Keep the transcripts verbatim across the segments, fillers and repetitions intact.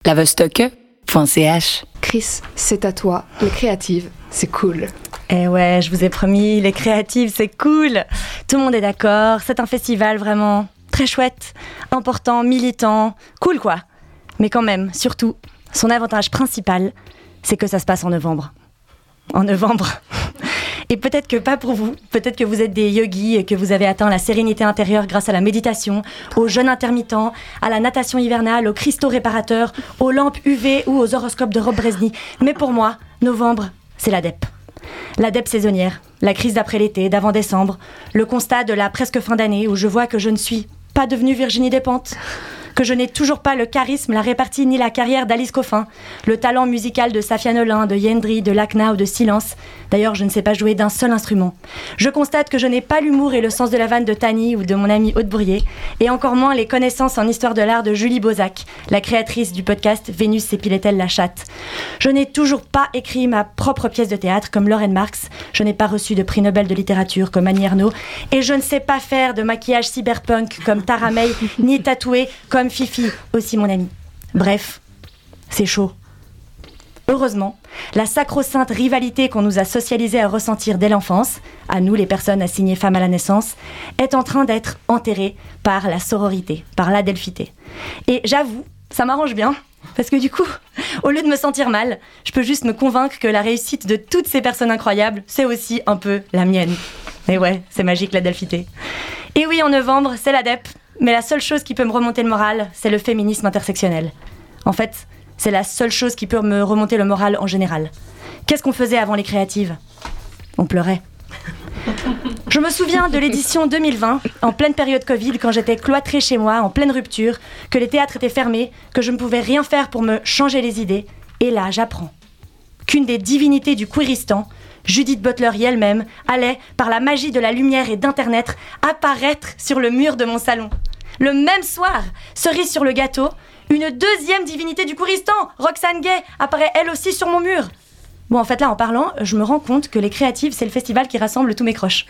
lavestocke point c h. Chris, c'est à toi. Les créatives, c'est cool. Eh ouais, je vous ai promis, les créatives, c'est cool. Tout le monde est d'accord, c'est un festival vraiment très chouette, important, militant, cool quoi. Mais quand même, surtout, son avantage principal, c'est que ça se passe en novembre. En novembre. Et peut-être que pas pour vous, peut-être que vous êtes des yogis et que vous avez atteint la sérénité intérieure grâce à la méditation, au jeûne intermittent, à la natation hivernale, aux cristaux réparateurs, aux lampes U V ou aux horoscopes de Rob Brezny. Mais pour moi, novembre, c'est la D E P. La D E P saisonnière, la crise d'après l'été, d'avant décembre, le constat de la presque fin d'année où je vois que je ne suis pas devenue Virginie Despentes, que je n'ai toujours pas le charisme, la répartie ni la carrière d'Alice Coffin, le talent musical de Safia Nolin, de Yendri, de Lacna ou de Silence. D'ailleurs, je ne sais pas jouer d'un seul instrument. Je constate que je n'ai pas l'humour et le sens de la vanne de Tani ou de mon ami Aude Bourrier, et encore moins les connaissances en histoire de l'art de Julie Bozac, la créatrice du podcast Vénus s'épilait-elle la chatte. Je n'ai toujours pas écrit ma propre pièce de théâtre comme Lauren Marx, je n'ai pas reçu de prix Nobel de littérature comme Annie Ernaux, et je ne sais pas faire de maquillage cyberpunk comme Tara May, ni tatouer comme Fifi, aussi mon amie. Bref, c'est chaud. Heureusement, la sacro-sainte rivalité qu'on nous a socialisée à ressentir dès l'enfance, à nous les personnes assignées femmes à la naissance, est en train d'être enterrée par la sororité, par l'adelphité. Et j'avoue, ça m'arrange bien, parce que du coup, au lieu de me sentir mal, je peux juste me convaincre que la réussite de toutes ces personnes incroyables, c'est aussi un peu la mienne. Et ouais, c'est magique l'adelphité. Et oui, en novembre, c'est la D E P, mais la seule chose qui peut me remonter le moral, c'est le féminisme intersectionnel. En fait, c'est la seule chose qui peut me remonter le moral en général. Qu'est-ce qu'on faisait avant les créatives ? On pleurait. Je me souviens de l'édition deux mille vingt, en pleine période Covid, quand j'étais cloîtrée chez moi, en pleine rupture, que les théâtres étaient fermés, que je ne pouvais rien faire pour me changer les idées. Et là, j'apprends qu'une des divinités du queeristan, Judith Butler elle-même, allait, par la magie de la lumière et d'Internet, apparaître sur le mur de mon salon. Le même soir, cerise sur le gâteau, une deuxième divinité du Kouristan, Roxane Gay, apparaît elle aussi sur mon mur. Bon, en fait, là, en parlant, je me rends compte que les créatives, c'est le festival qui rassemble tous mes crushs.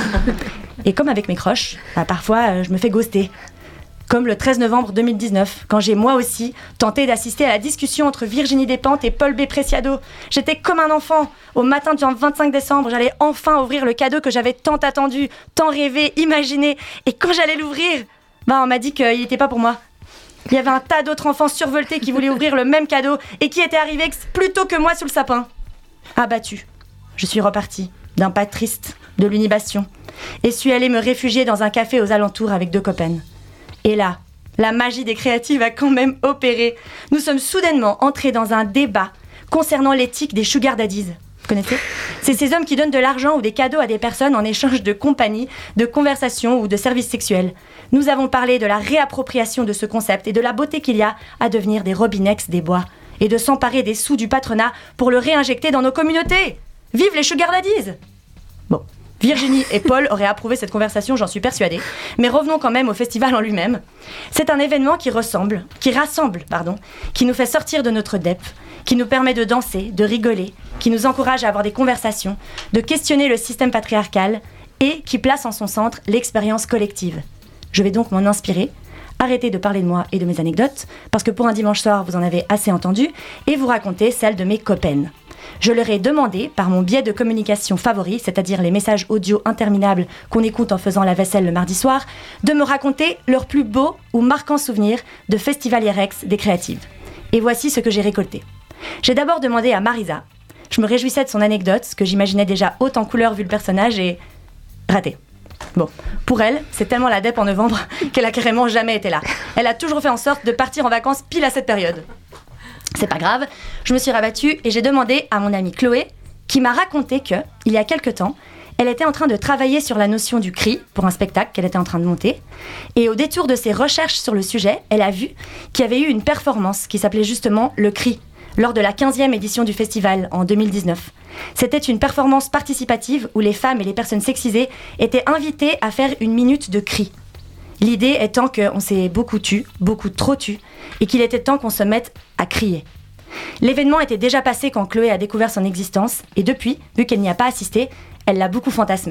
Et comme avec mes crushs, bah, parfois, je me fais ghoster. Comme le treize novembre deux mille dix-neuf, quand j'ai moi aussi tenté d'assister à la discussion entre Virginie Despentes et Paul B. Preciado. J'étais comme un enfant. Au matin du vingt-cinq décembre, j'allais enfin ouvrir le cadeau que j'avais tant attendu, tant rêvé, imaginé. Et quand j'allais l'ouvrir, bah, on m'a dit qu'il n'était pas pour moi. Il y avait un tas d'autres enfants survoltés qui voulaient ouvrir le même cadeau et qui étaient arrivés plus tôt que moi sous le sapin. Abattue, je suis repartie, d'un pas triste, de l'unibation, et suis allée me réfugier dans un café aux alentours avec deux copains. Et là, la magie des créatives a quand même opéré. Nous sommes soudainement entrés dans un débat concernant l'éthique des sugar daddies. Vous connaissez ? C'est ces hommes qui donnent de l'argent ou des cadeaux à des personnes en échange de compagnie, de conversation ou de services sexuels. Nous avons parlé de la réappropriation de ce concept et de la beauté qu'il y a à devenir des Robinex des bois et de s'emparer des sous du patronat pour le réinjecter dans nos communautés. Vive les sugar daddies ! Bon, Virginie et Paul auraient approuvé cette conversation, j'en suis persuadée. Mais revenons quand même au festival en lui-même. C'est un événement qui ressemble, qui rassemble, pardon, qui nous fait sortir de notre D E P, qui nous permet de danser, de rigoler, qui nous encourage à avoir des conversations, de questionner le système patriarcal et qui place en son centre l'expérience collective. Je vais donc m'en inspirer, arrêter de parler de moi et de mes anecdotes, parce que pour un dimanche soir, vous en avez assez entendu, et vous raconter celles de mes copains. Je leur ai demandé, par mon biais de communication favori, c'est-à-dire les messages audio interminables qu'on écoute en faisant la vaisselle le mardi soir, de me raconter leurs plus beaux ou marquants souvenirs de Festivalier-Rex des créatives. Et voici ce que j'ai récolté. J'ai d'abord demandé à Marisa. Je me réjouissais de son anecdote, que j'imaginais déjà haute en couleur vu le personnage, et raté. Bon, pour elle, c'est tellement la D E P en novembre qu'elle a carrément jamais été là. Elle a toujours fait en sorte de partir en vacances pile à cette période. C'est pas grave, je me suis rabattue et j'ai demandé à mon amie Chloé, qui m'a raconté que, il y a quelque temps, elle était en train de travailler sur la notion du cri pour un spectacle qu'elle était en train de monter. Et au détour de ses recherches sur le sujet, elle a vu qu'il y avait eu une performance qui s'appelait justement Le Cri, lors de la quinzième édition du festival en deux mille dix-neuf. C'était une performance participative où les femmes et les personnes sexisées étaient invitées à faire une minute de cri. L'idée étant qu'on s'est beaucoup tu, beaucoup trop tu, et qu'il était temps qu'on se mette à crier. L'événement était déjà passé quand Chloé a découvert son existence, et depuis, vu qu'elle n'y a pas assisté, elle l'a beaucoup fantasmé.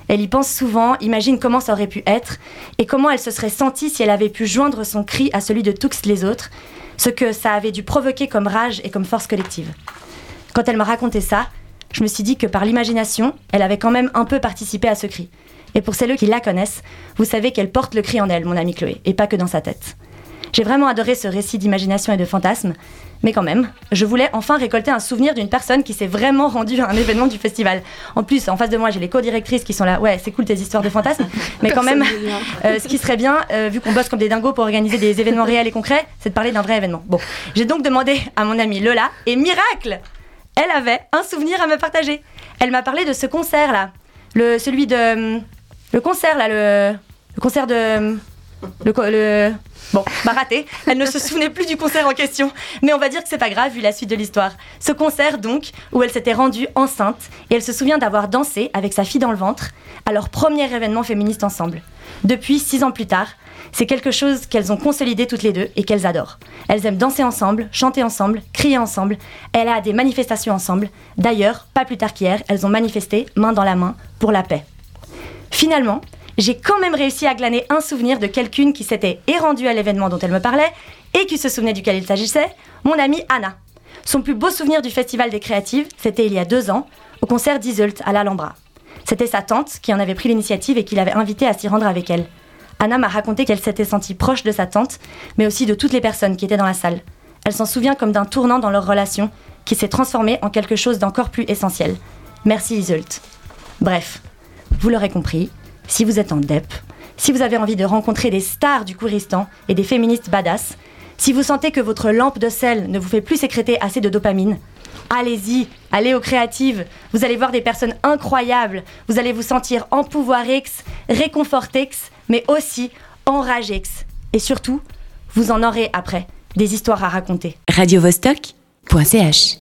Elle y pense souvent, imagine comment ça aurait pu être et comment elle se serait sentie si elle avait pu joindre son cri à celui de tous les autres, ce que ça avait dû provoquer comme rage et comme force collective. Quand elle m'a raconté ça, je me suis dit que par l'imagination, elle avait quand même un peu participé à ce cri. Et pour celles qui la connaissent, vous savez qu'elle porte le cri en elle, mon amie Chloé, et pas que dans sa tête. J'ai vraiment adoré ce récit d'imagination et de fantasme, mais quand même, je voulais enfin récolter un souvenir d'une personne qui s'est vraiment rendue à un événement du festival. En plus, en face de moi, j'ai les co-directrices qui sont là. Ouais, c'est cool tes histoires de fantasmes, mais quand même, euh, ce qui serait bien, euh, vu qu'on bosse comme des dingos pour organiser des événements réels et concrets, c'est de parler d'un vrai événement. Bon, j'ai donc demandé à mon amie Lola, et miracle, elle avait un souvenir à me partager. Elle m'a parlé de ce concert-là, le, celui de... Le concert, là, le, le concert de... Le, le... Bon, bah raté. Elle ne se souvenait plus du concert en question. Mais on va dire que c'est pas grave vu la suite de l'histoire. Ce concert, donc, où elle s'était rendue enceinte et elle se souvient d'avoir dansé avec sa fille dans le ventre à leur premier événement féministe ensemble. Depuis, six ans plus tard, c'est quelque chose qu'elles ont consolidé toutes les deux et qu'elles adorent. Elles aiment danser ensemble, chanter ensemble, crier ensemble. Elle a des manifestations ensemble. D'ailleurs, pas plus tard qu'hier, elles ont manifesté, main dans la main, pour la paix. Finalement, j'ai quand même réussi à glaner un souvenir de quelqu'une qui s'était et rendue à l'événement dont elle me parlait et qui se souvenait duquel il s'agissait, mon amie Anna. Son plus beau souvenir du Festival des Créatives, c'était il y a deux ans, au concert d'Iseult à l'Alhambra. C'était sa tante qui en avait pris l'initiative et qui l'avait invitée à s'y rendre avec elle. Anna m'a raconté qu'elle s'était sentie proche de sa tante, mais aussi de toutes les personnes qui étaient dans la salle. Elle s'en souvient comme d'un tournant dans leur relation qui s'est transformé en quelque chose d'encore plus essentiel. Merci Iseult. Bref, vous l'aurez compris, si vous êtes en dep, si vous avez envie de rencontrer des stars du Kouristan et des féministes badass, si vous sentez que votre lampe de sel ne vous fait plus sécréter assez de dopamine, allez-y, allez aux créatives, vous allez voir des personnes incroyables, vous allez vous sentir empouvoirix, réconfortix, mais aussi enragix. Et surtout, vous en aurez après des histoires à raconter. radio vostok point c h